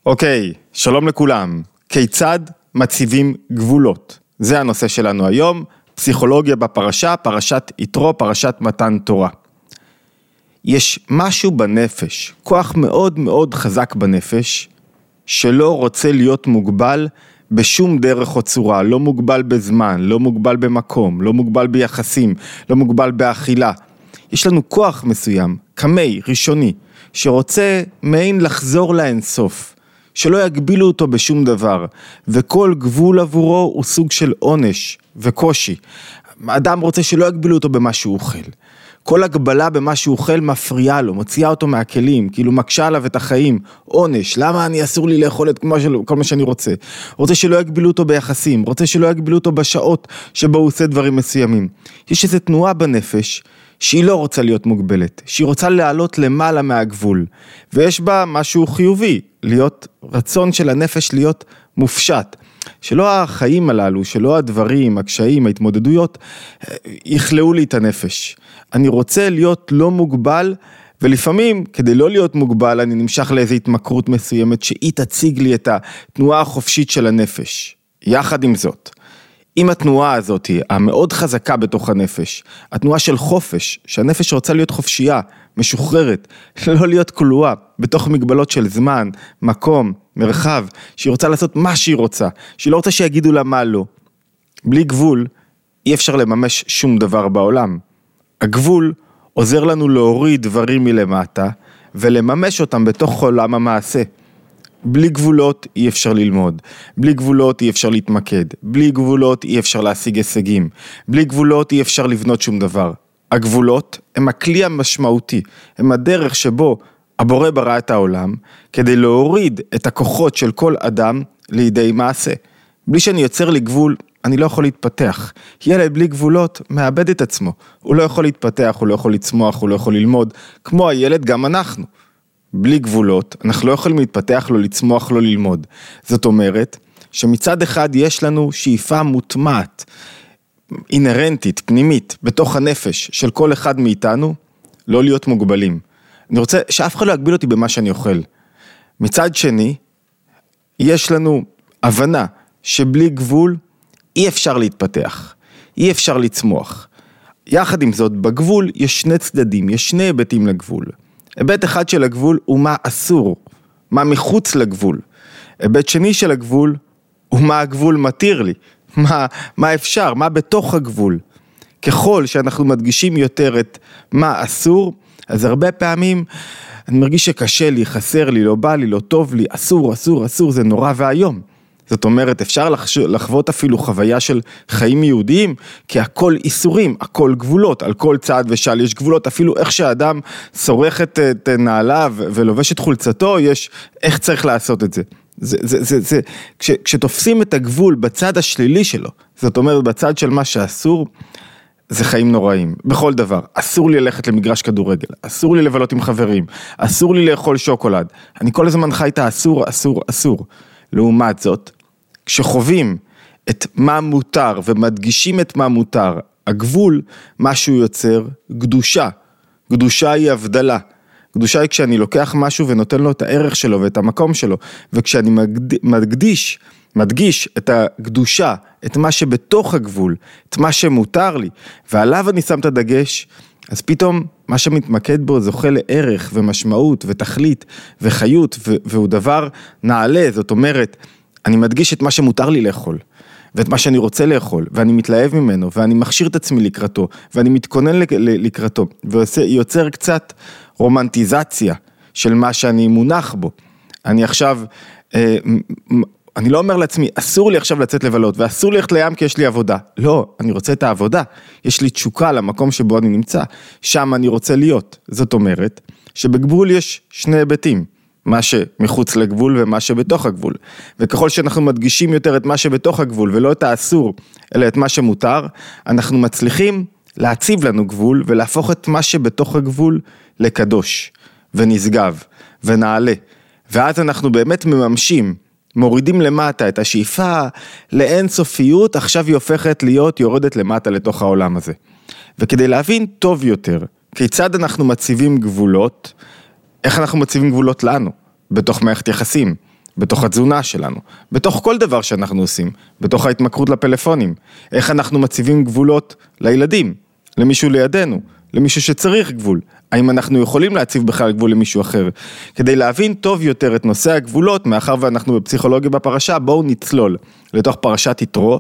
אוקיי, שלום לכולם. כיצד מציבים גבולות? זה הנושא שלנו היום, פסיכולוגיה בפרשה, פרשת יתרו, פרשת מתן תורה. יש משהו בנפש, כוח מאוד מאוד חזק בנפש, שלא רוצה להיות מוגבל בשום דרך או צורה, לא מוגבל בזמן, לא מוגבל במקום, לא מוגבל ביחסים, לא מוגבל באכילה. יש לנו כוח מסוים, קמי, ראשוני, שרוצה מעין לחזור לאינסוף, שלא יגבילו אותו בשום דבר, וכל גבול עבורו הוא סוג של עונש וקושי. האדם רוצה שלא יגבילו אותו במה שהוא אוכל. כל הגבלה במה שהוא אוכל מפריעה לו, מוציאה אותו מהכלים, כאילו מקשה עליו את החיים, עונש, למה אני אסור לי לאכול את כל מה שאני רוצה? רוצה שלא יגבילו אותו ביחסים, רוצה שלא יגבילו אותו בשעות שבו הוא עושה דברים מסוימים. יש איזו תנועה בנפש שהיא לא רוצה להיות מוגבלת, שהיא רוצה לעלות למעלה מהגבול, ויש בה משהו חיובי, להיות רצון של הנפש להיות מופשט, שלא החיים הללו, שלא הדברים, הקשיים, ההתמודדויות, יכלאו לי את הנפש. אני רוצה להיות לא מוגבל, ולפעמים כדי לא להיות מוגבל, אני נמשך לאיזו התמכרות מסוימת, שהיא תציג לי את התנועה החופשית של הנפש. יחד עם זאת, עם התנועה הזאת, המאוד חזקה בתוך הנפש, התנועה של חופש, שהנפש רוצה להיות חופשייה, משוחררת, לא להיות כלואה, בתוך מגבלות של זמן, מקום, מרחב, שהיא רוצה לעשות מה שהיא רוצה, שהיא לא רוצה שיגידו לה מה לא. בלי גבול, אי אפשר לממש שום דבר בעולם. הגבול עוזר לנו להוריד דברים מלמטה, ולממש אותם בתוך עולם המעשה. בלי גבולות אי אפשר ללמוד, בלי גבולות אי אפשר להתמקד, בלי גבולות אי אפשר להשיג הישגים, בלי גבולות אי אפשר לבנות שום דבר. הגבולות הם הכלי המשמעותי, הם הדרך שבו הבורא ברא את העולם, כדי להוריד את הכוחות של כל אדם לידי מעשה. בלי שאני יוצר לי גבול, אני לא יכול להתפתח. ילד בלי גבולות מאבד את עצמו, הוא לא יכול להתפתח, הוא לא יכול לצמוח, הוא לא יכול ללמוד, כמו הילד גם אנחנו. בלי גבולות, אנחנו לא יכולים להתפתח, לא לצמוח, לא ללמוד. זאת אומרת, שמצד אחד יש לנו שאיפה מוטמעת, אינרנטית, פנימית, בתוך הנפש של כל אחד מאיתנו, לא להיות מוגבלים. אני רוצה שאף אחד לא יגביל אותי במה שאני אוכל. מצד שני, יש לנו הבנה שבלי גבול אי אפשר להתפתח, אי אפשר לצמוח. יחד עם זאת, בגבול יש שני צדדים, יש שני היבטים לגבול. היבט אחד של הגבול הוא מה אסור, מה מחוץ לגבול. היבט שני של הגבול הוא מה הגבול מתיר לי, מה אפשר, מה בתוך הגבול. ככל שאנחנו מדגישים יותר את מה אסור, אז הרבה פעמים אני מרגיש שקשה לי, חסר לי, לא בא לי, לא טוב לי, אסור, אסור, אסור, זה נורא והיום. זאת אומרת, אפשר לחוות אפילו חוויה של חיים יהודיים, כי הכל איסורים, הכל גבולות, על כל צעד ושל יש גבולות, אפילו איך שהאדם שורח את נעליו ולובש את חולצתו, יש איך צריך לעשות את זה. כשתופסים את הגבול בצד השלילי שלו, זאת אומרת, בצד של מה שאסור, זה חיים נוראים, בכל דבר. אסור לי ללכת למגרש כדורגל, אסור לי לבלות עם חברים, אסור לי לאכול שוקולד. אני כל הזמן חי את האסור, אסור, אסור. לעומת זאת, כשחווים את מה מותר ומדגישים את מה מותר, הגבול, מה שהוא יוצר, קדושה. קדושה היא הבדלה. קדושה היא כשאני לוקח משהו ונותן לו את הערך שלו ואת המקום שלו, וכשאני מדגיש את הקדושה, את מה שבתוך הגבול, את מה שמותר לי, ועליו אני שם את הדגש, אז פתאום מה שמתמקד בו זוכה לערך ומשמעות ותכלית וחיות, והוא דבר נעלה. זאת אומרת, אני מדגיש את מה שמותר לי לאכול, ואת מה שאני רוצה לאכול, ואני מתלהב ממנו, ואני מכשיר את עצמי לקראתו, ואני מתכונן לקראתו, ויוצר קצת רומנטיזציה של מה שאני מונח בו. אני עכשיו, אני לא אומר לעצמי, אסור לי עכשיו לצאת לבלות, ואסור לי ללכת לים כי יש לי עבודה. לא, אני רוצה את העבודה. יש לי תשוקה למקום שבו אני נמצא. שם אני רוצה להיות. זאת אומרת, שבגבול יש שני היבטים. מה שמחוץ לגבול ומה שבתוך הגבול. וככל שאנחנו מדגישים יותר את מה שבתוך הגבול, ולא את האסור, אלא את מה שמותר, אנחנו מצליחים להציב לנו גבול, ולהפוך את מה שבתוך הגבול לקדוש, ונשגב, ונעלה. ואז אנחנו באמת מממשים, מורידים למטה את השאיפה לאין סופיות, עכשיו היא הופכת להיות יורדת למטה לתוך העולם הזה. וכדי להבין טוב יותר, כיצד אנחנו מציבים גבולות, איך אנחנו מציבים גבולות לנו, בתוך מערכת יחסים, בתוך התזונה שלנו, בתוך כל דבר שאנחנו עושים, בתוך ההתמכרות לפלאפונים, איך אנחנו מציבים גבולות לילדים, למישהו לידינו, למישהו שצריך גבול, האם אנחנו יכולים להציב בכלל גבול למישהו אחר, כדי להבין טוב יותר את נושא הגבולות, מאחר ואנחנו בפסיכולוגיה בפרשה, בואו נצלול לתוך פרשת יתרו,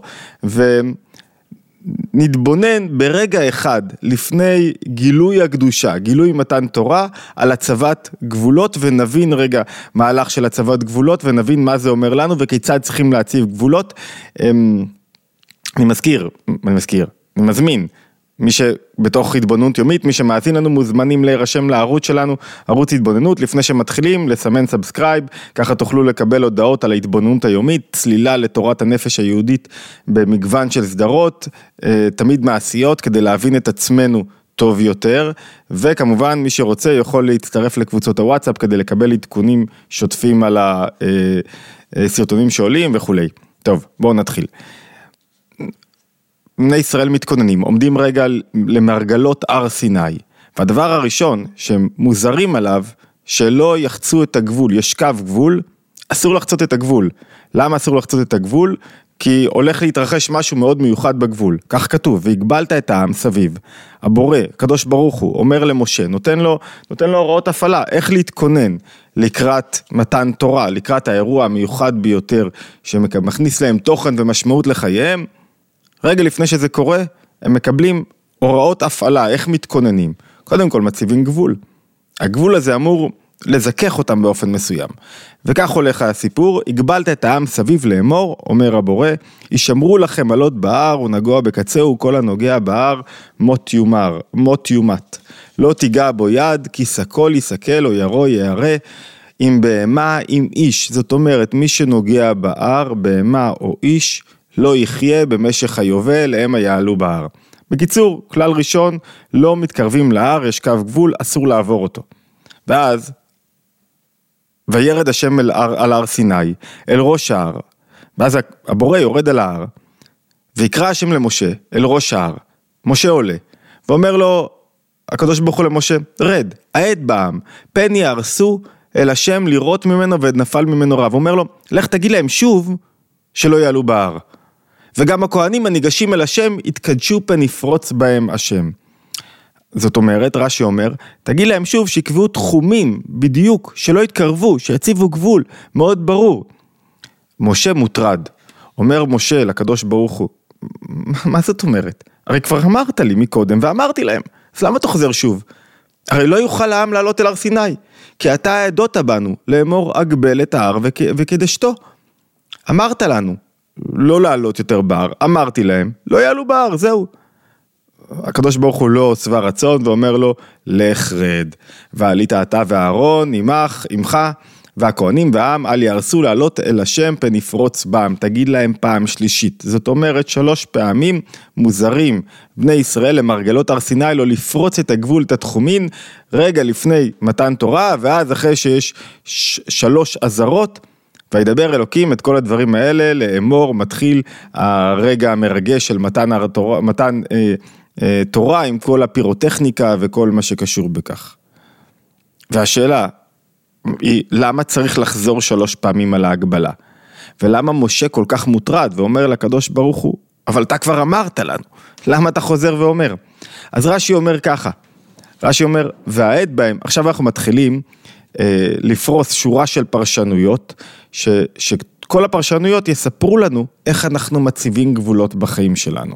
נתבונן ברגע אחד לפני גילוי הקדושה, גילוי מתן תורה, על הצבת גבולות, ונבין רגע מהלך של הצבת גבולות, ונבין מה זה אומר לנו, וכיצד צריכים להציב גבולות. אני מזמין, מי שבתוך התבוננות יומית, מי שמאזין לנו מוזמנים להירשם לערוץ שלנו, ערוץ התבוננות, לפני שמתחילים לסמן סאבסקרייב, ככה תוכלו לקבל הודעות על ההתבוננות היומית, צלילה לתורת הנפש היהודית במגוון של סדרות, תמיד מעשיות כדי להבין את עצמנו טוב יותר, וכמובן מי שרוצה יכול להצטרף לקבוצות הוואטסאפ כדי לקבל עדכונים שוטפים על הסרטונים שעולים וכו'. טוב, בואו נתחיל. בני ישראל מתכוננים, עומדים רגע למרגלות הר סיני, והדבר הראשון שמוזרים עליו, שלא יחצו את הגבול, יש קו גבול, אסור לחצות את הגבול. למה אסור לחצות את הגבול? כי הולך להתרחש משהו מאוד מיוחד בגבול, כך כתוב, והגבלת את העם סביב. הבורא, הקדוש ברוך הוא, אומר למשה, נותן לו הוראות הפעלה, איך להתכונן לקראת מתן תורה, לקראת האירוע המיוחד ביותר, שמכניס להם תוכן ומשמעות לחייהם. רגע לפני שזה קורה, הם מקבלים הוראות הפעלה, איך מתכוננים. קודם כל מציבים גבול. הגבול הזה אמור לזכך אותם באופן מסוים. וכך הולך הסיפור, הגבלת את העם סביב לאמור, אומר הבורא, ישמרו לכם עלות בהר ונגוע בקצהו, כל הנוגע בהר, מות יומת. לא תיגע בו יד, כי סקול יסקל או ירו יערה, אם בהמה, אם איש. זאת אומרת, מי שנוגע בהר, בהמה או איש, לא יחיה במשך היובל, הם יעלו בהר. בקיצור, כלל ראשון, לא מתקרבים להר, יש קו גבול, אסור לעבור אותו. ואז, וירד השם על הר סיני, אל ראש ההר, ואז הבורא יורד על ההר, ויקרא השם למשה, אל ראש ההר, משה עולה, ואומר לו, הקדוש ברוך הוא למשה, רד, העד בעם, פן יהרסו אל השם לראות ממנו, ונפל ממנו רב. הוא אומר לו, לך תגיד להם שוב, שלא יעלו בהר. וגם הכהנים הניגשים אל השם, יתקדשו פן יפרוץ בהם השם. זאת אומרת, רש"י אומר, תגיד להם שוב שיקבעו תחומים בדיוק, שלא יתקרבו, שיציבו גבול, מאוד ברור. משה מוטרד, אומר משה לקדוש ברוך הוא, מה זאת אומרת? הרי כבר אמרת לי מקודם ואמרתי להם, אז למה אתה חוזר שוב? הרי לא יוכל העם לעלות אל הר סיני, כי אתה העדות בנו לאמור אגבל את ההר וקדשתו. אמרת לנו, לא לעלות יותר בהר, אמרתי להם, לא יעלו בהר, זהו. הקדוש ברוך הוא לא שבע רצון ואומר לו, לך רד, ועלית אתה ואהרון עמך, והכהנים והעם אל יהרסו לעלות אל השם פן יפרוץ בם, תגיד להם פעם שלישית. זאת אומרת 3 פעמים מוזרים בני ישראל למרגלות הר סיני לא לפרוץ את הגבול, את התחומין, רגע לפני מתן תורה, ואז אחרי שיש 3 אזהרות, וידבר אלוקים את כל הדברים האלה, לאמור מתחיל הרגע המרגש של מתן תורה עם כל הפירוטכניקה וכל מה שקשור בכך. והשאלה היא, למה צריך לחזור 3 פעמים על ההגבלה? ולמה משה כל כך מוטרד ואומר לקדוש ברוך הוא, אבל אתה כבר אמרת לנו, למה אתה חוזר ואומר? אז רש"י אומר ככה, רש"י אומר, והעד בהם, עכשיו אנחנו מתחילים לפרוס שורה של פרשנויות, שכל הפרשנויות יספרו לנו איך אנחנו מציבים גבולות בחיים שלנו.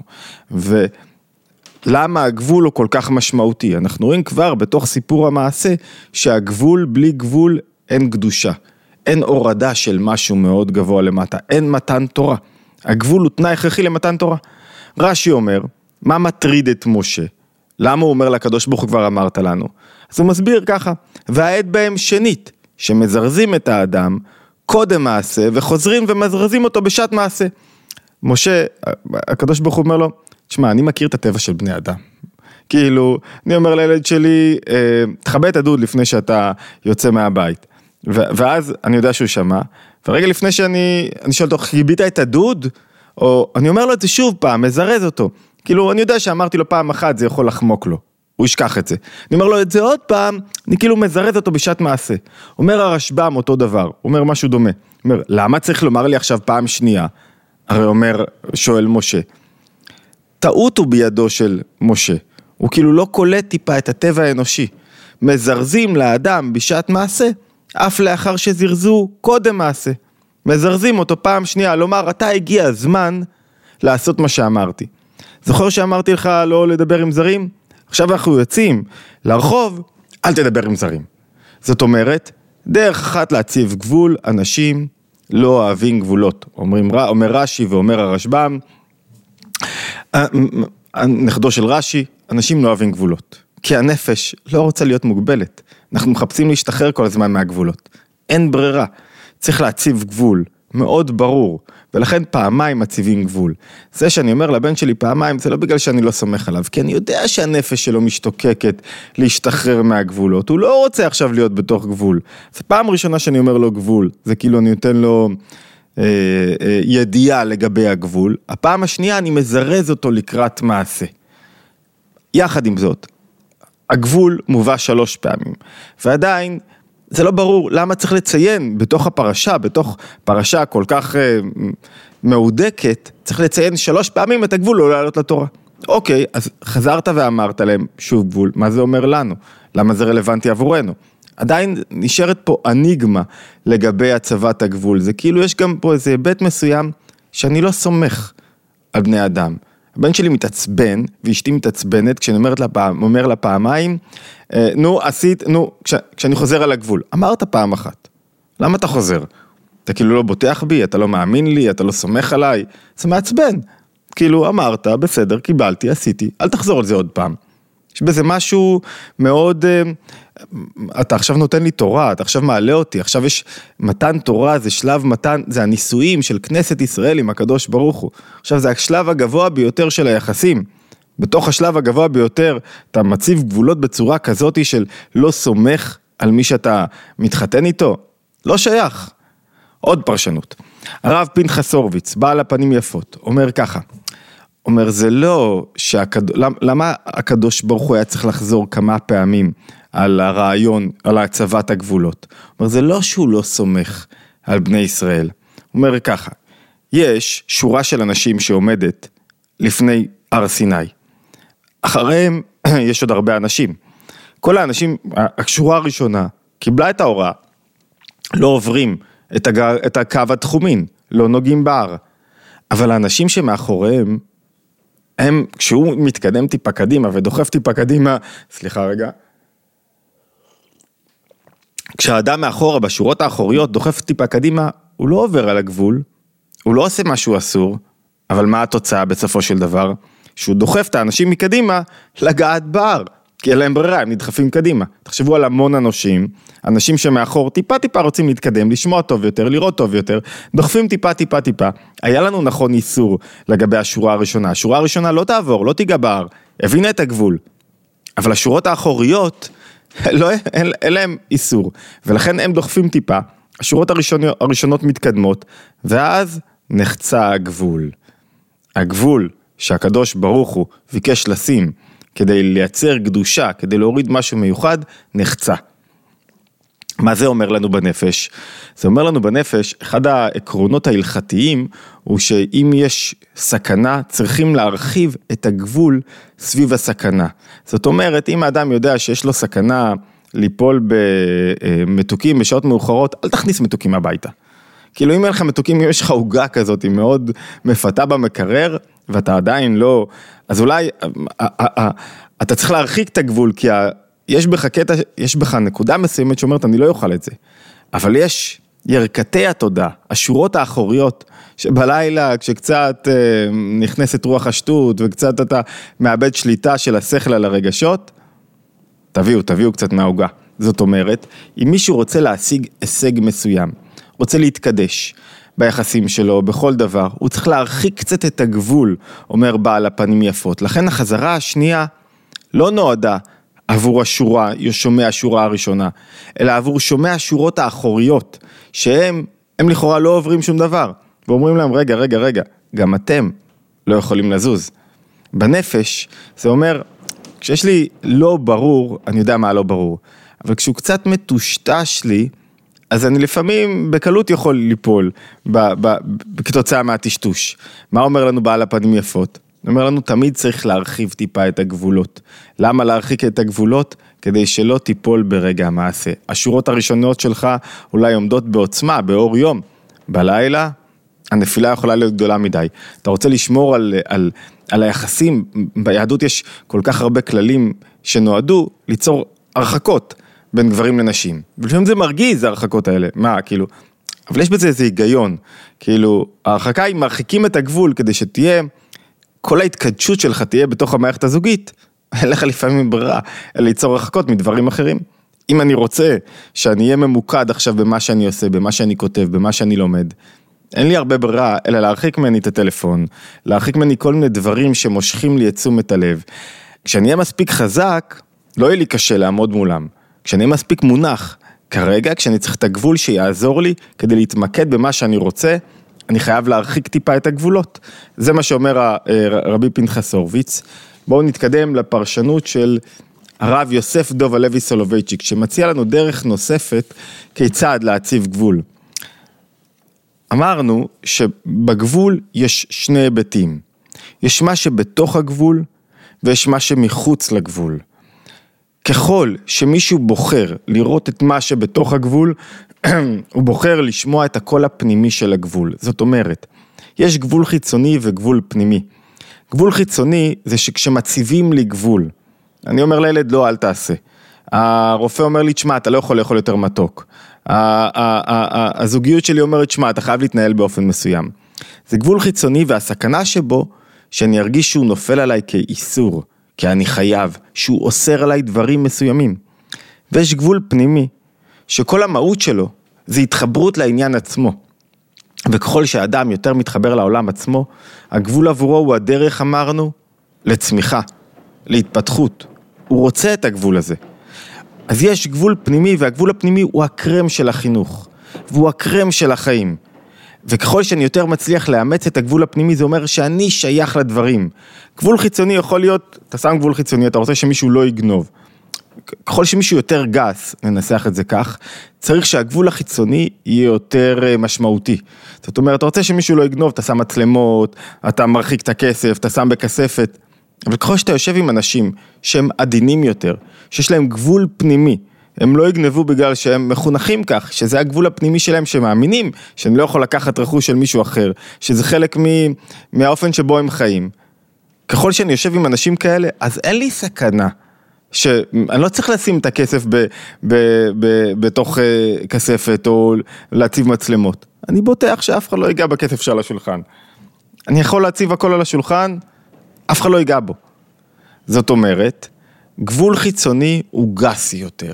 ולמה הגבול הוא כל כך משמעותי? אנחנו רואים כבר בתוך סיפור המעשה, שהגבול בלי גבול אין קדושה. אין הורדה של משהו מאוד גבוה למטה, אין מתן תורה. הגבול הוא תנאי הכרחי למתן תורה. רש"י אומר, מה מטריד את משה? למה הוא אומר לקדוש ברוך הוא כבר אמרת לנו? אז הוא מסביר ככה, והעד בהם שנית, שמזרזים את האדם קודם מעשה, וחוזרים ומזרזים אותו בשעת מעשה. משה, הקדוש ברוך הוא אומר לו, תשמע, אני מכיר את הטבע של בני אדם. כאילו, אני אומר לילד שלי, תחבא את הדוד לפני שאתה יוצא מהבית. ואז אני יודע שהוא שמע, ורגע לפני שאני שואל אותו, חיבית את הדוד? או אני אומר לו את זה שוב פעם, מזרז אותו. כאילו, אני יודע שאמרתי לו פעם אחת, זה יכול לחמוק לו. הוא ישכח את זה. אני אומר לו את זה עוד פעם, אני כאילו מזרז אותו בשעת מעשה. אומר הרשב"ם אותו דבר, הוא אומר משהו דומה. הוא אומר, למה צריך לומר לי עכשיו פעם שנייה? הרי שואל משה. טעות הוא בידו של משה. הוא כאילו לא קולט טיפה את הטבע האנושי. מזרזים לאדם בשעת מעשה, אף לאחר שזרזו קודם מעשה. מזרזים אותו פעם שנייה, לומר, אתה הגיע הזמן לעשות מה שאמרתי. זוכר שאמרתי לך לא לדבר עם זרים? עכשיו אנחנו יוצאים לרחוב, אל תדבר עם זרים. זאת אומרת, דרך אחת להציב גבול, אנשים לא אוהבים גבולות. אומר רש"י ואומר הרשב"ם, נכדו של רש"י, אנשים לא אוהבים גבולות. כי הנפש לא רוצה להיות מוגבלת. אנחנו מחפשים להשתחרר כל הזמן מהגבולות. אין ברירה. צריך להציב גבול, מאוד ברור. ולכן פעמיים מציבים גבול. זה שאני אומר לבן שלי פעמיים, זה לא בגלל שאני לא סומך עליו, כי אני יודע שהנפש שלו משתוקקת להשתחרר מהגבולות. הוא לא רוצה עכשיו להיות בתוך גבול. זה פעם ראשונה שאני אומר לו גבול. זה כאילו אני נותן לו ידיעה לגבי הגבול. הפעם השנייה אני מזרז אותו לקראת מעשה. יחד עם זאת, הגבול מובא 3 פעמים, ועדיין זה לא ברור למה צריך לציין בתוך הפרשה, בתוך פרשה כל כך מעודקת, צריך לציין 3 פעמים את הגבול לא לעלות לתורה. אוקיי, אז חזרת ואמרת להם שוב גבול, מה זה אומר לנו? למה זה רלוונטי עבורנו? עדיין נשארת פה אניגמה לגבי הצבת הגבול, זה כאילו יש גם פה איזה היבט מסוים שאני לא סומך על בני אדם. הבן שלי מתעצבן, ואשתי מתעצבנת, כשאני אומר לה פעמיים, כשאני חוזר על הגבול, אמרת פעם אחת, למה אתה חוזר? אתה כאילו לא בוטח בי, אתה לא מאמין לי, אתה לא סומך עליי, זה מעצבן, כאילו אמרת, בסדר, קיבלתי, עשיתי, אל תחזור על זה עוד פעם. יש בזה משהו מאוד, אתה עכשיו נותן לי תורה, אתה עכשיו מעלה אותי, עכשיו יש מתן תורה, זה שלב מתן, זה הניסויים של כנסת ישראל עם הקדוש ברוך הוא. עכשיו זה השלב הגבוה ביותר של היחסים. בתוך השלב הגבוה ביותר, אתה מציב גבולות בצורה כזאת של לא סומך על מי שאתה מתחתן איתו. לא שייך. עוד פרשנות. הרב פנחס הורוביץ, בעל הפנים יפות, אומר ככה, אומר זה לא, למה הקדוש ברוך הוא היה צריך לחזור כמה פעמים על הרעיון, על הצבת הגבולות? אומר זה לא שהוא לא סומך על בני ישראל. הוא אומר ככה, יש שורה של אנשים שעומדת לפני הר סיני. אחריהם יש עוד הרבה אנשים. כל האנשים, השורה הראשונה, קיבלה את ההוראה, לא עוברים את הקו התחומין, לא נוגעים בהר. אבל האנשים שמאחוריהם, הם, כשהוא מתקדם טיפה קדימה ודוחף טיפה קדימה, סליחה רגע, כשהאדם מאחורה בשורות האחוריות דוחף טיפה קדימה, הוא לא עובר על הגבול, הוא לא עושה משהו אסור, אבל מה התוצאה בסופו של דבר? שהוא דוחף את האנשים מקדימה לגעת בהר, כי אין להם ברירה, הם נדחפים קדימה. תחשבו על המון אנשים שמאחור טיפה רוצים להתקדם, לשמוע טוב יותר, לראות טוב יותר, דוחפים טיפה. היה לנו נכון איסור לגבי השורה הראשונה. השורה הראשונה לא תעבור, לא תיגע בהר, הבינה את הגבול. אבל השורות האחוריות, אין להם איסור, ולכן הם דוחפים טיפה, השורות הראשונות מתקדמות, ואז נחצה הגבול. הגבול שהקדוש ברוך הוא ביקש לשים, כדי לייצר קדושה, כדי להוריד משהו מיוחד, נחצה. מה זה אומר לנו בנפש? זה אומר לנו בנפש, אחד העקרונות ההלכתיים, הוא שאם יש סכנה, צריכים להרחיב את הגבול סביב הסכנה. זאת אומרת, אם האדם יודע שיש לו סכנה ליפול במתוקים בשעות מאוחרות, אל תכניס מתוקים הביתה. כאילו אם אין לך מתוקים, אם יש לך עוגה כזאת, היא מאוד מפתה במקרר, ואתה עדיין לא, אז אולי אתה צריך להרחיק את הגבול, כי יש בך נקודה מסוימת שאומרת, אני לא יוכל את זה. אבל יש ירקתי התודה, השורות האחוריות, שבלילה כשקצת נכנסת רוח השטות, וקצת אתה מאבד שליטה של השכל על הרגשות, תביאו קצת מהעוגה. זאת אומרת, אם מישהו רוצה להשיג הישג מסוים, רוצה להתקדש ביחסים שלו, בכל דבר, הוא צריך להרחיק קצת את הגבול, אומר בעל הפנים יפות. לכן החזרה השנייה לא נועדה עבור שומע השורה הראשונה, אלא עבור שומע השורות האחוריות, שהם לכאורה לא עוברים שום דבר, ואומרים להם, רגע, גם אתם לא יכולים לזוז. בנפש זה אומר, כשיש לי לא ברור, אני יודע מה לא ברור, אבל כשהוא קצת מטושטש לי, אז אני לפעמים בקלות יכול ליפול כתוצאה מהטשטוש. מה אומר לנו בעל הפנים יפות? אומר לנו, תמיד צריך להרחיב טיפה את הגבולות. למה להרחיק את הגבולות? כדי שלא תיפול ברגע המעשה. השורות הראשונות שלך אולי עומדות בעוצמה, באור יום. בלילה, הנפילה יכולה להיות גדולה מדי. אתה רוצה לשמור על היחסים, ביהדות יש כל כך הרבה כללים שנועדו ליצור הרחקות בין גברים לנשים. ולפעמים זה מרגיז, ההרחקות האלה. מה, כאילו, אבל יש בזה איזה היגיון. כאילו, ההרחקה היא מרחיקים את הגבול כדי שתהיה, כל ההתקדשות שלך תהיה בתוך המערכת הזוגית, אין לך לפעמים ברירה, אלא ליצור הרחקות מדברים אחרים. אם אני רוצה שאני אהיה ממוקד עכשיו במה שאני עושה, במה שאני כותב, במה שאני לומד, אין לי הרבה ברירה, אלא להרחיק ממני את הטלפון, להרחיק ממני כל מיני דברים שמושכים לי את תשומת הלב. כשאני אהיה מספיק חזק, לא יהיה לי קשה לעמוד מולם. כשאני אהיה מספיק מונח, כרגע, כשאני צריך את הגבול שיעזור לי, כדי להתמקד במה שאני רוצה, אני חייב להרחיק טיפה את הגבולות. זה מה שאומר רבי פנחס הורוביץ. בואו נתקדם לפרשנות של הרב יוסף דוב הלוי סולובייצ'יק, שמציע לנו דרך נוספת כיצד להציב גבול. אמרנו שבגבול יש שני היבטים. יש מה שבתוך הגבול, ויש מה שמחוץ לגבול. ככל שמישהו בוחר לראות את מה שבתוך הגבול, הוא בוחר לשמוע את הקול הפנימי של הגבול. זאת אומרת, יש גבול חיצוני וגבול פנימי. גבול חיצוני זה שכשמציבים לי גבול, אני אומר לילד, לא, אל תעשה. הרופא אומר לי, תשמע, אתה לא יכול לאכול יותר מתוק. הזוגיות שלי אומרת, תשמע, אתה חייב להתנהל באופן מסוים. זה גבול חיצוני, והסכנה שבו, שאני ארגיש שהוא נופל עליי כאיסור, כי אני חייב, שהוא אוסר עליי דברים מסוימים. ויש גבול פנימי, שכל המהות שלו, זה התחברות לעניין עצמו. וככל שהאדם יותר מתחבר לעולם עצמו, הגבול עבורו הוא הדרך, אמרנו, לצמיחה, להתפתחות. הוא רוצה את הגבול הזה. אז יש גבול פנימי, והגבול הפנימי הוא הקרם של החינוך, והוא הקרם של החיים. וככל שאני יותר מצליח לאמץ את הגבול הפנימי, זה אומר שאני שייך לדברים. גבול חיצוני יכול להיות, אתה שם גבול חיצוני, אתה רוצה שמישהו לא יגנוב. ככל שמישהו יותר גס, ננסח את זה כך, צריך שהגבול החיצוני יהיה יותר משמעותי. זאת אומרת, אתה רוצה שמישהו לא יגנוב, אתה שם מצלמות, אתה מרחיק את הכסף, אתה שם בכספת. אבל ככל שאתה יושב עם אנשים שהם עדינים יותר, שיש להם גבול פנימי, הם לא יגנבו בגלל שהם מחונכים כך, שזה הגבול הפנימי שלהם שמאמינים, שאני לא יכול לקחת רכוש של מישהו אחר, שזה חלק מהאופן שבו הם חיים. ככל שאני יושב עם אנשים כאלה, אז אין לי סכנה, שאני לא צריך לשים את הכסף בתוך כספת, או להציב מצלמות. אני בוטח שאף אחד לא ייגע בכסף של השולחן. אני יכול להציב הכל על השולחן, אף אחד לא ייגע בו. זאת אומרת, גבול חיצוני הוא גסי יותר.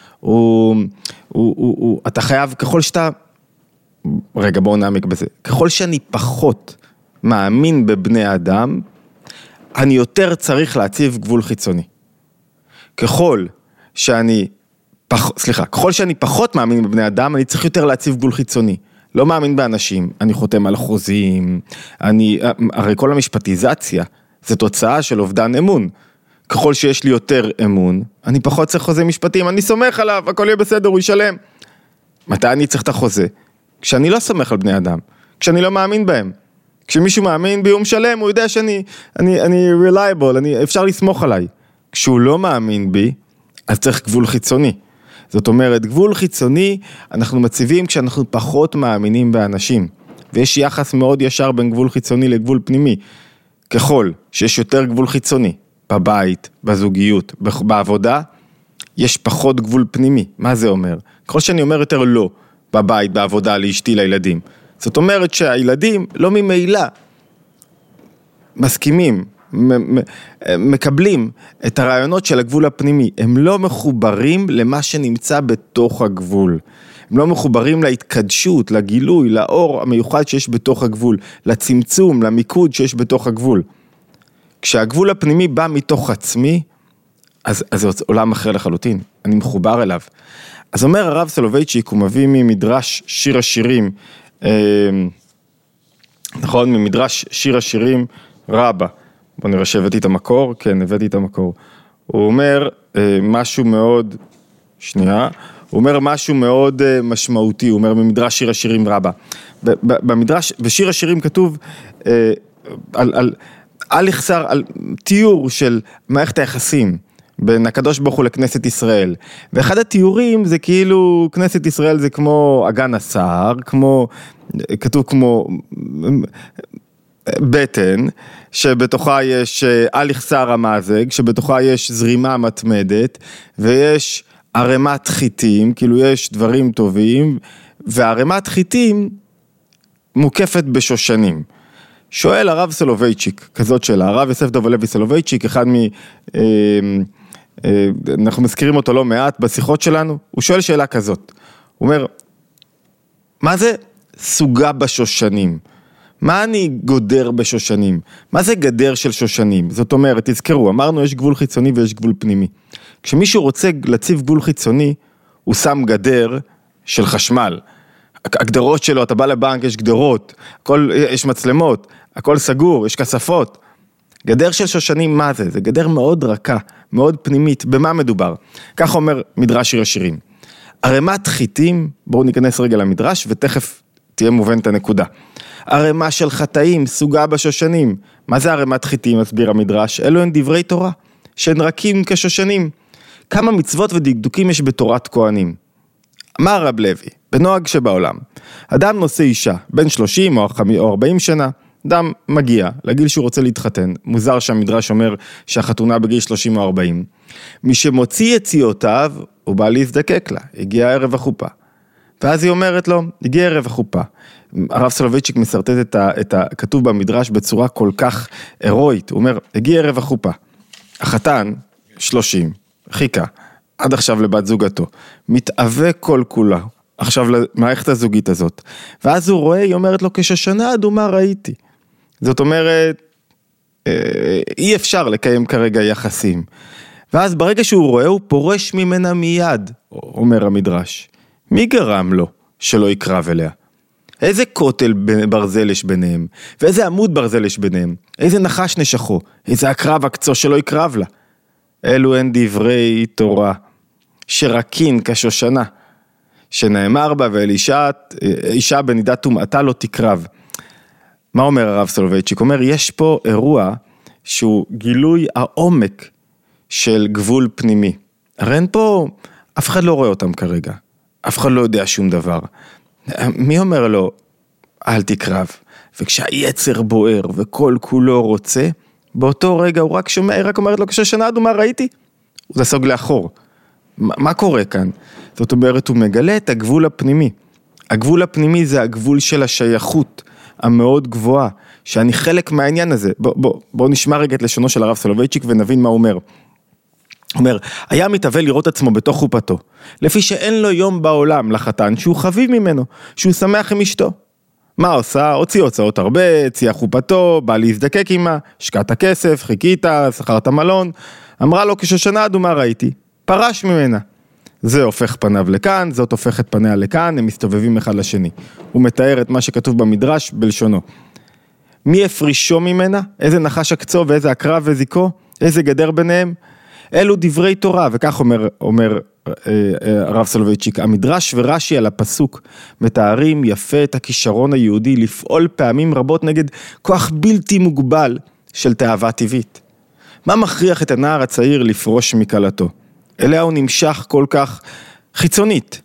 אתה חייב, ככל שאתה, רגע בואו נעמיק בזה, ככל שאני פחות מאמין בבני האדם, אני יותר צריך להציב גבול חיצוני. ככל שאני פחות מאמין בבני אדם, אני צריך יותר להציב גבול חיצוני. לא מאמין באנשים, אני חותם על חוזים, הרי כל המשפטיזציה, זה תוצאה של אובדן אמון. ככל שיש לי יותר אמון, אני פחות צריך חוזה משפטים, אני סומך עליו, הכל יהיה בסדר, הוא ישלם. מתי אני צריך את החוזה? כשאני לא סומך על בני אדם, כשאני לא מאמין בהם. כשמישהו מאמין בי הוא משלם, הוא יודע שאני reliable, אפשר לסמוך עליי. כשהוא לא מאמין בי, אז צריך גבול חיצוני. זאת אומרת, גבול חיצוני אנחנו מציבים כשאנחנו פחות מאמינים באנשים. ויש יחס מאוד ישר בין גבול חיצוני לגבול פנימי. ככל שיש יותר גבול חיצוני, בבית, בזוגיות, בעבודה, יש פחות גבול פנימי. מה זה אומר? ככל שאני אומר יותר לא, בבית, בעבודה, לאשתי, לילדים. זאת אומרת שהילדים לא ממילא מסכימים, מקבלים את הרעיונות של הגבול הפנימי. הם לא מחוברים למה שנמצא בתוך הגבול. הם לא מחוברים להתקדשות, לגילוי, לאור המיוחד שיש בתוך הגבול, לצמצום, למיקוד שיש בתוך הגבול. כשהגבול הפנימי בא מתוך עצמי, אז זה עולם אחר לחלוטין, אני מחובר אליו. אז אומר הרב סולובייצ'יק, הוא מביא ממדרש שיר השירים, נכון, ממדרש שיר השירים רבא. בוא נראה שהבאתי את המקור, כן, הבאתי את המקור. הוא אומר משהו מאוד, הוא אומר משהו מאוד משמעותי, הוא אומר במדרש שיר השירים רבה. במדרש, בשיר השירים כתוב על תיאור של מערכת היחסים בין הקדוש ברוך הוא לכנסת ישראל. ואחד התיאורים זה כאילו, כנסת ישראל זה כמו אגן השר, כתוב כמו בטן, שבתוכה יש אלכסר המאזג, שבתוכה יש זרימה מתמדת, ויש ערימת חיטים, כאילו יש דברים טובים, וערימת חיטים מוקפת בשושנים. שואל הרב סולובייצ'יק, כזאת שאלה, הרב יוסף דוב הלוי סולובייצ'יק, אחד אנחנו מזכירים אותו לא מעט בשיחות שלנו, הוא שואל שאלה כזאת, הוא אומר, מה זה סוגה בשושנים? מה אני גודר בשושנים? מה זה גדר של שושנים? זאת אומרת, תזכרו, אמרנו יש גבול חיצוני ויש גבול פנימי. כשמישהו רוצה להציב גבול חיצוני, הוא שם גדר של חשמל. הגדרות שלו, אתה בא לבנק, יש גדרות, יש מצלמות, הכל סגור, יש כספות. גדר של שושנים, מה זה? זה גדר מאוד רכה, מאוד פנימית. במה מדובר? כך אומר מדרש שיר השירים. ערימת חיטים, בואו ניכנס רגע למדרש, ותכף תהיה מובנת הנקודה. ערימה של חטאים, סוגה בשושנים. מה זה ערימת חיטים, מסביר המדרש? אלו הן דברי תורה, שהן רכים כשושנים. כמה מצוות ודקדוקים יש בתורת כהנים? אמר רב לוי, בנוהג שבעולם, אדם נושא אישה, בין 30 או 40 שנה, אדם מגיע לגיל שהוא רוצה להתחתן, מוזר שהמדרש אומר שהחתונה בגיל 30 או 40, מי שמוציא יציאותיו, הוא בא להזדקק לה, הגיע ערב החופה, ואז היא אומרת לו, הגיע ערב החופה, הרב סולובייצ'יק מסרטט את הכתוב במדרש בצורה כל כך הירואית, הוא אומר, הגיע ערב החופה, החתן 30, חיכה, עד עכשיו לבת זוגתו, מתאווה כל כולה, עכשיו למערכת הזוגית הזאת, ואז הוא רואה, היא אומרת לו, כששנה אדומה ראיתי, זאת אומרת, אי אפשר לקיים כרגע יחסים, ואז ברגע שהוא רואה, הוא פורש ממנה מיד, אומר המדרש, מי גרם לו שלא יקרב אליה? איזה כותל ברזל יש ביניהם, ואיזה עמוד ברזל יש ביניהם, איזה נחש נשכו, איזה הקרב הקצו שלא יקרב לה, אלו הן דברי תורה, שרקין כשושנה, שנאמר בה אישה בנידת טומאתה לא תקרב. מה אומר הרב סולובייצ'יק? אומר, יש פה אירוע שהוא גילוי העומק של גבול פנימי. הרי אין פה, אף אחד לא רואה אותם כרגע, אף אחד לא יודע שום דבר. מי אומר לו, אל תקרב? וכשהיצר בוער וכל כולו רוצה, באותו רגע הוא רק שומע, היא רק אומרת לו, כששנה אדומה ראיתי, הוא נסוג לאחור. מה קורה כאן? זאת אומרת, הוא מגלה את הגבול הפנימי. הגבול הפנימי זה הגבול של השייכות המאוד גבוהה, שאני חלק מהעניין הזה. בוא נשמע רגע את לשונו של הרב סולובייצ'יק ונבין מה הוא אומר. הוא אומר, היה מתאווה לראות עצמו בתוך חופתו, לפי שאין לו יום בעולם לחתן שהוא חביב ממנו, שהוא שמח עם אשתו. מה עושה? הוציא הוצאות הרבה, הציע חופתו, בא להזדקק עמה, השקעת הכסף, חיכית, שכרת מלון, אמרה לו כששנה אדומה ראיתי, פרש ממנה. זה הופך פניו לכאן, זאת הופך את פניה לכאן, הם מסתובבים אחד לשני. הוא מתאר את מה שכתוב במדרש בלשונו. מי הפרישו ממנה? איזה נחש הקצו ואיזה הקרב וזיקו? איזה גדר ביניהם? אלו דברי תורה, וכך אומר הרב סולובייצ'יק, המדרש ורש"י על הפסוק מתארים יפה את הכישרון היהודי לפעול פעמים רבות נגד כוח בלתי מוגבל של תאווה טבעית. מה מכריח את הנער הצעיר לפרוש מכלתו? אליה הוא נמשך כל כך חיצונית.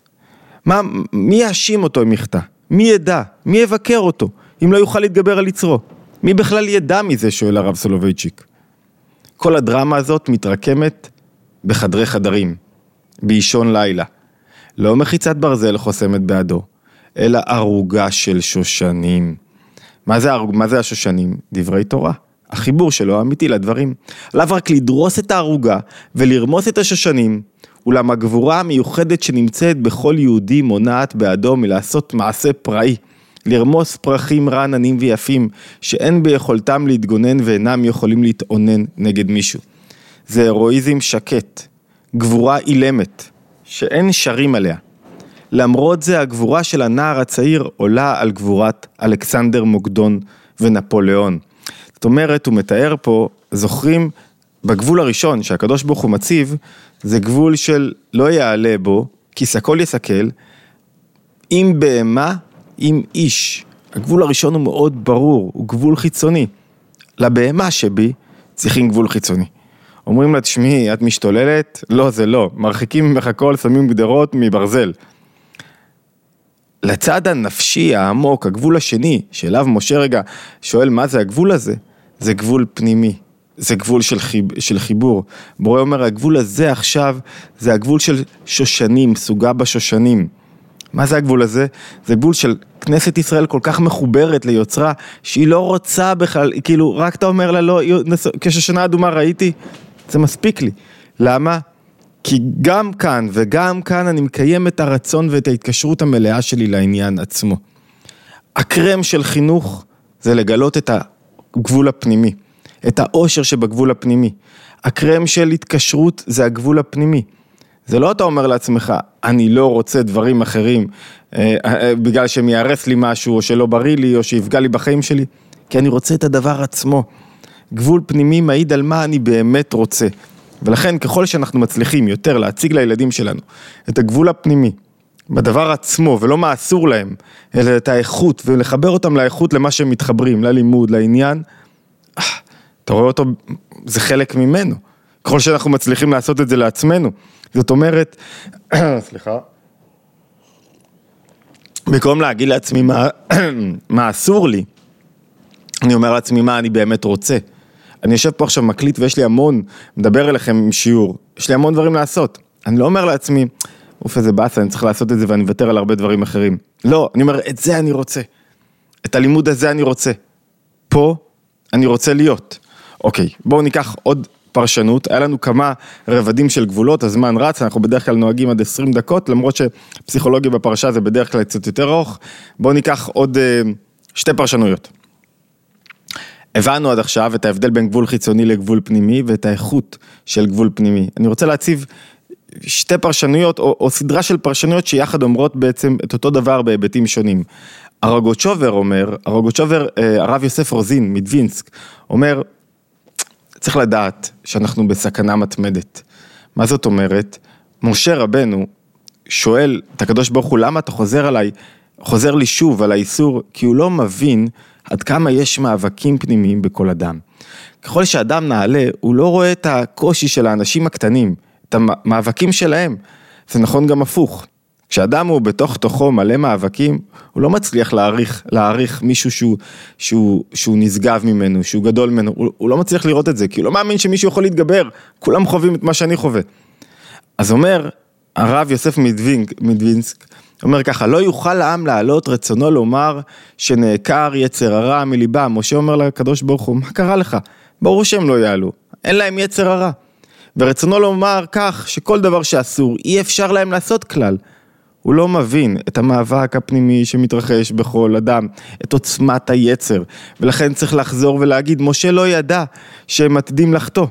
מי יאשים אותו אם יחטא? מי ידע? מי יבקר אותו? אם לא יוכל להתגבר על יצרו? מי בכלל ידע מזה? שואל הרב סולובייצ'יק. כל הדרמה הזאת מתרקמת בחדרי חדרים, באישון לילה. לא מחיצת ברזל חוסמת בעדו, אלא ערוגה של שושנים. מה זה השושנים? דברי תורה. החיבור שלו האמיתי לדברים. עליו רק לדרוס את הערוגה ולרמוס את השושנים, אולם הגבורה המיוחדת שנמצאת בכל יהודי מונעת בעדו מלעשות מעשה פראי, לרמוס פרחים רעננים ויפים שאין ביכולתם להתגונן ואינם יכולים להתאונן נגד מישהו. זה הרואיזם שקט, גבורה אילמת, שאין שרים עליה. למרות זה הגבורה של הנער הצעיר עולה על גבורת אלכסנדר מוקדון ונפוליאון. זאת אומרת, הוא מתאר פה, זוכרים בגבול הראשון שהקדוש ברוך הוא מציב, זה גבול של לא יעלה בו, כי סכל יסכל, אם בהמה, אם איש. הגבול הראשון הוא מאוד ברור, הוא גבול חיצוני. לבהמה שבי צריכים גבול חיצוני. אומרים לה, תשמעי, את משתוללת? לא, זה לא. מרחיקים ממך הכל, שמים גדרות מברזל. לצד הנפשי העמוק, הגבול השני, שאליו משה רגע שואל מה זה הגבול הזה, זה גבול פנימי, זה גבול של חיבור. בורא אומר, הגבול הזה עכשיו, זה הגבול של שושנים, סוגה בשושנים. מה זה הגבול הזה? זה גבול של כנסת ישראל כל כך מחוברת ליוצרה, שהיא לא רוצה בכלל, כאילו רק אתה אומר לה, לא, כשושנה אדומה ראיתי, זה מספיק לי. למה? כי גם כאן וגם כאן אני מקיים את הרצון ואת ההתקשרות המלאה שלי לעניין עצמו. הקרם של חינוך זה לגלות את הגבול הפנימי, את האושר שבגבול הפנימי. הקרם של התקשרות זה הגבול הפנימי. זה לא אתה אומר לעצמך, אני לא רוצה דברים אחרים, בגלל שמיירס לי משהו, או שלא בריא לי, או שיפגע לי בחיים שלי, כי אני רוצה את הדבר עצמו. גבול פנימי מעיד על מה אני באמת רוצה. ולכן ככל שאנחנו מצליחים יותר להציג לילדים שלנו את הגבול הפנימי, בדבר עצמו ולא מה אסור להם, אלא את האיכות ולחבר אותם לאיכות למה שהם מתחברים, ללימוד, לעניין, אתה רואה אותו, זה חלק ממנו. ככל שאנחנו מצליחים לעשות את זה לעצמנו, זאת אומרת, סליחה, במקום להגיד לעצמי מה אסור לי, אני אומר לעצמי מה אני באמת רוצה. אני יושב פה עכשיו מקליט ויש לי המון, מדבר אליכם עם שיעור, יש לי המון דברים לעשות. אני לא אומר לעצמי, אוף איזה באסה, אני צריך לעשות את זה ואני מוותר על הרבה דברים אחרים. לא, אני אומר, את זה אני רוצה. את הלימוד הזה אני רוצה. פה אני רוצה להיות. אוקיי, בואו ניקח עוד פרשנות. היה לנו כמה רבדים של גבולות, הזמן רץ, אנחנו בדרך כלל נוהגים עד 20 דקות, למרות שפסיכולוגיה בפרשה זה בדרך כלל קצת יותר ארוך. בואו ניקח עוד שתי פרשנויות. הבנו עד עכשיו את ההבדל בין גבול חיצוני לגבול פנימי, ואת האיכות של גבול פנימי. אני רוצה להציב שתי פרשנויות, או סדרה של פרשנויות שיחד אומרות בעצם את אותו דבר בהיבטים שונים. הרוגוצ'ובר אומר, הרב יוסף רוזין מדווינסק, אומר, צריך לדעת שאנחנו בסכנה מתמדת. מה זאת אומרת? משה רבנו שואל את הקדוש ברוך הוא, למה אתה חוזר לי שוב על האיסור? כי הוא לא מבין עד כמה יש מאבקים פנימיים בכל אדם. ככל שאדם נעלה, הוא לא רואה את הקושי של האנשים הקטנים, את המאבקים שלהם. זה נכון גם הפוך. כשאדם הוא בתוך תוכו מלא מאבקים, הוא לא מצליח להעריך מישהו שהוא נשגב ממנו, שהוא גדול ממנו, הוא לא מצליח לראות את זה, כי הוא לא מאמין שמישהו יכול להתגבר, כולם חווים את מה שאני חווה. אז אומר הרב יוסף מדווינסק, אומר ככה, לא יוכל לעם לעלות רצונו לומר שנעקר יצר הרע מליבם. משה אומר לקדוש ברוך הוא, מה קרה לך? ברור שהם לא יעלו, אין להם יצר הרע. ורצונו לומר כך שכל דבר שאסור, אי אפשר להם לעשות כלל. הוא לא מבין את המאבק הפנימי שמתרחש בכל אדם, את עוצמת היצר, ולכן צריך לחזור ולהגיד, משה לא ידע שהם עתידים לחטוא.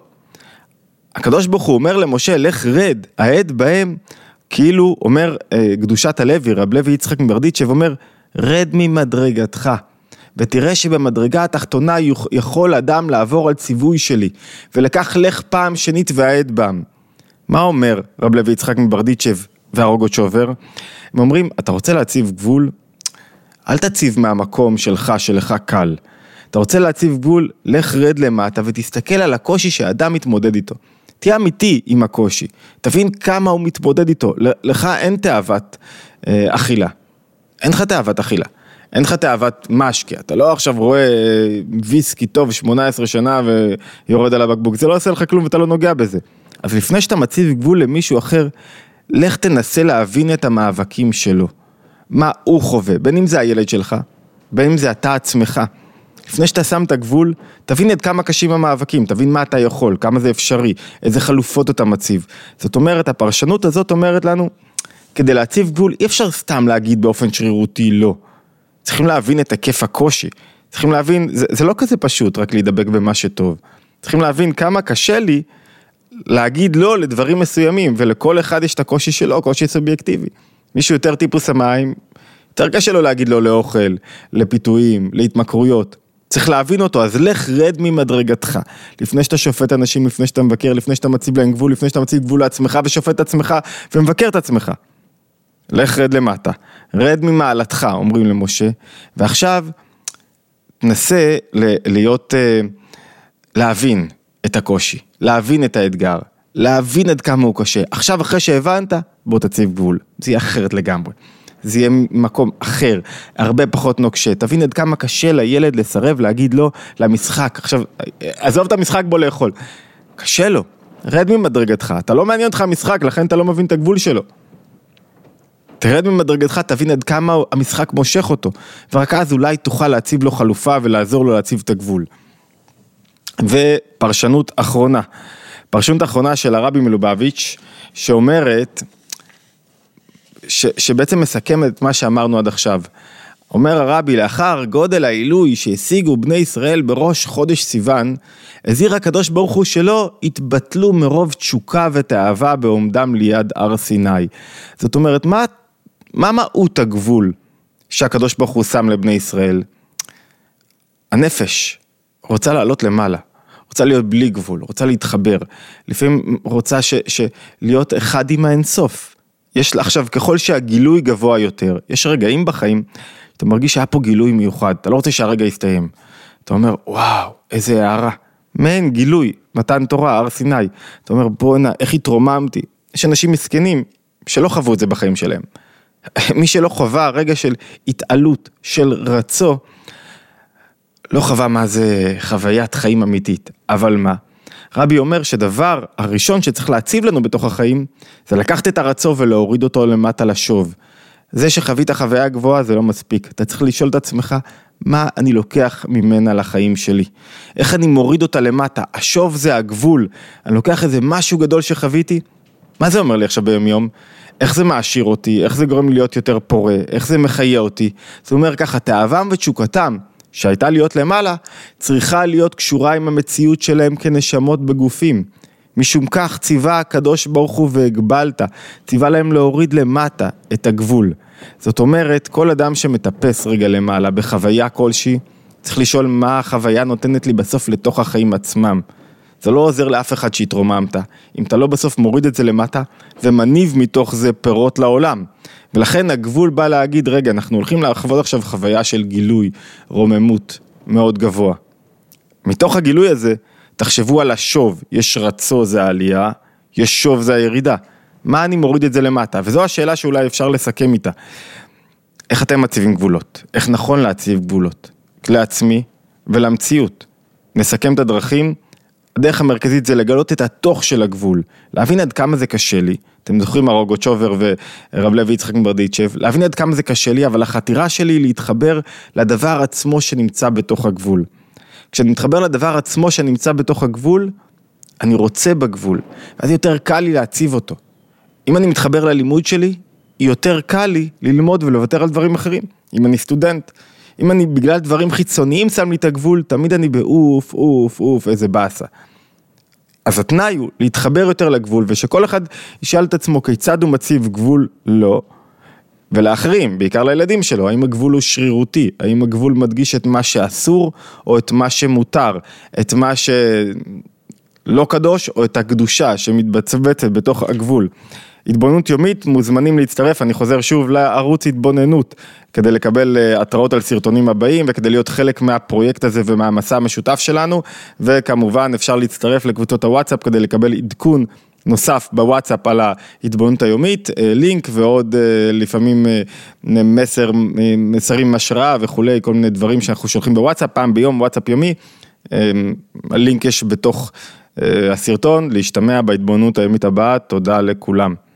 הקדוש ברוך הוא אומר למשה, לך רד, העד בהם, כאילו אומר קדושת הלוי, רב לוי יצחק מברדיצ'ב, אומר, רד ממדרגתך, ותראה שבמדרגה התחתונה יכול אדם לעבור על ציווי שלי, ולקח לך פעם שנית והעד בם. מה אומר רב לוי יצחק מברדיצ'ב והרוגוצ'ובר? הם אומרים, אתה רוצה להציב גבול? אל תציב מהמקום שלך קל. אתה רוצה להציב גבול, לך רד למטה ותסתכל על הקושי שהאדם מתמודד איתו. תהיה אמיתי עם הקושי, תבין כמה הוא מתמודד איתו, לך אין תאוות אכילה, אין לך תאוות אכילה, אין לך תאוות משקה, אתה לא עכשיו רואה ויסקי טוב 18 שנה ויורד על הבקבוק, זה לא עושה לך כלום ואתה לא נוגע בזה. אז לפני שאתה מציב גבול למישהו אחר, לך תנסה להבין את המאבקים שלו, מה הוא חווה, בין אם זה הילד שלך, בין אם זה אתה עצמך, לפני שאתה שם את הגבול, תבין עד כמה קשים המאבקים, תבין מה אתה יכול, כמה זה אפשרי, איזה חלופות אתה מציב. זאת אומרת, הפרשנות הזאת אומרת לנו, כדי להציב גבול, אי אפשר סתם להגיד באופן שרירותי לא. צריכים להבין את היקף הקושי. צריכים להבין, זה לא כזה פשוט רק להידבק במה שטוב. צריכים להבין כמה קשה לי להגיד לא לדברים מסוימים, ולכל אחד יש את הקושי שלו, קושי סובייקטיבי. מישהו יותר טיפוס המים, יותר קשה לו להגיד לא לאוכל, לפיתויים, להתמכרויות. צריך להבין אותו, אז לך רד ממדרגתך, לפני שאתה שופט אנשים, לפני שאתה מבקר, לפני שאתה מציב להם גבול, לפני שאתה מציב גבול לעצמך ושופט את עצמך ומבקר את עצמך. לך רד למטה, רד ממעלתך, אומרים למשה, ועכשיו תנסה להבין את הקושי, להבין את האתגר, להבין עד כמה הוא קשה. עכשיו אחרי שהבנת, בוא תציב גבול, זה יהיה אחרת לגמרי. זה יהיה מקום אחר, הרבה פחות נוקשה. תבין עד כמה קשה לילד לסרב, להגיד לו למשחק. עכשיו, עזוב את המשחק, בוא לאכול. קשה לו, רד ממדרגתך. אתה לא מעניין אותך המשחק, לכן אתה לא מבין את הגבול שלו. תרד ממדרגתך, תבין עד כמה המשחק מושך אותו. ורק אז אולי תוכל להציב לו חלופה ולעזור לו להציב את הגבול. ופרשנות אחרונה. פרשנות אחרונה של הרבי מלובביץ' שאומרת, שבעצם מסכמת את מה שאמרנו עד עכשיו. אומר הרבי, לאחר גודל העילוי שהשיגו בני ישראל בראש חודש סיוון, הזהיר הקדוש ברוך הוא שלא התבטלו מרוב תשוקה ותאווה בעומדם ליד הר סיני. זאת אומרת, מה מהות הגבול שהקדוש ברוך הוא שם לבני ישראל? הנפש רוצה לעלות למעלה, רוצה להיות בלי גבול, רוצה להתחבר, לפעמים רוצה להיות אחד עם האינסוף. יש עכשיו, ככל שהגילוי גבוה יותר, יש רגעים בחיים, אתה מרגיש שהיה פה גילוי מיוחד, אתה לא רוצה שהרגע יסתיים. אתה אומר, וואו, איזה הערה. מעין גילוי, מתן תורה, הר סיני. אתה אומר, בוא'נה, איך התרוממתי. יש אנשים מסכנים שלא חוו את זה בחיים שלהם. מי שלא חווה רגע של התעלות, של רצו, לא חווה מה זה חוויית חיים אמיתית. אבל מה? רבי אומר שדבר הראשון שצריך להציב לנו בתוך החיים, זה לקחת את הרצו ולהוריד אותו למטה לשוב. זה שחווית חוויה גבוהה זה לא מספיק. אתה צריך לשאול את עצמך, מה אני לוקח ממנה לחיים שלי? איך אני מוריד אותה למטה? השוב זה הגבול. אני לוקח איזה משהו גדול שחוויתי? מה זה אומר לי עכשיו ביום יום? איך זה מעשיר אותי? איך זה גורם לי להיות יותר פורה? איך זה מחיה אותי? זה אומר ככה, תאוום ותשוקתם, שהייתה להיות למעלה, צריכה להיות קשורה עם המציאות שלהם כנשמות בגופים. משום כך ציווה הקדוש ברוך הוא והגבלת, ציווה להם להוריד למטה את הגבול. זאת אומרת, כל אדם שמטפס רגע למעלה בחוויה כלשהי, צריך לשאול מה החוויה נותנת לי בסוף לתוך החיים עצמם. זה לא עוזר לאף אחד שהתרוממת, אם אתה לא בסוף מוריד את זה למטה, ומניב מתוך זה פירות לעולם. ולכן הגבול בא להגיד, רגע, אנחנו הולכים לחוות עכשיו חוויה של גילוי, רוממות, מאוד גבוה. מתוך הגילוי הזה, תחשבו על השוב, יש רצו זה העלייה, יש שוב זה הירידה. מה אני מוריד את זה למטה? וזו השאלה שאולי אפשר לסכם איתה. איך אתם מציבים גבולות? איך נכון להציב גבולות? לעצמי ולמציאות. נסכם את הדרכים. הדרך המרכזית זה לגלות את התוך של הגבול, להבין עד כמה זה קשה לי, אתם זוכרים הרוגוצ'ובר ורב לוי יצחק מברדיצ'ב, להבין עד כמה זה קשה לי, אבל החתירה שלי היא להתחבר לדבר עצמו שנמצא בתוך הגבול. כשאני מתחבר לדבר עצמו שנמצא בתוך הגבול, אני רוצה בגבול, אז יותר קל לי להציב אותו. אם אני מתחבר ללימוד שלי, יותר קל לי ללמוד ולוותר על דברים אחרים. אם אני סטודנט, אם אני בגלל דברים חיצוניים שם לי את הגבול, תמיד אני באוף, איזה באסה. אז התנאי הוא להתחבר יותר לגבול, ושכל אחד ישאל את עצמו כיצד הוא מציב גבול לא, ולאחרים, בעיקר לילדים שלו, האם הגבול הוא שרירותי, האם הגבול מדגיש את מה שאסור, או את מה שמותר, את מה שלא קדוש, או את הקדושה שמתבצבצת בתוך הגבול. התבוננות יומית, מוזמנים להצטרף, אני חוזר שוב לערוץ התבוננות, כדי לקבל התראות על סרטונים הבאים, וכדי להיות חלק מהפרויקט הזה ומהמסע המשותף שלנו, וכמובן אפשר להצטרף לקבוצות הוואטסאפ, כדי לקבל עדכון נוסף בוואטסאפ על ההתבוננות היומית, לינק ועוד לפעמים מסרים השראה וכולי, כל מיני דברים שאנחנו שולחים בוואטסאפ, פעם ביום וואטסאפ יומי, הלינק יש בתוך הסרטון, להשתמע בהתבוננות היומית הבאה, תודה לכולם.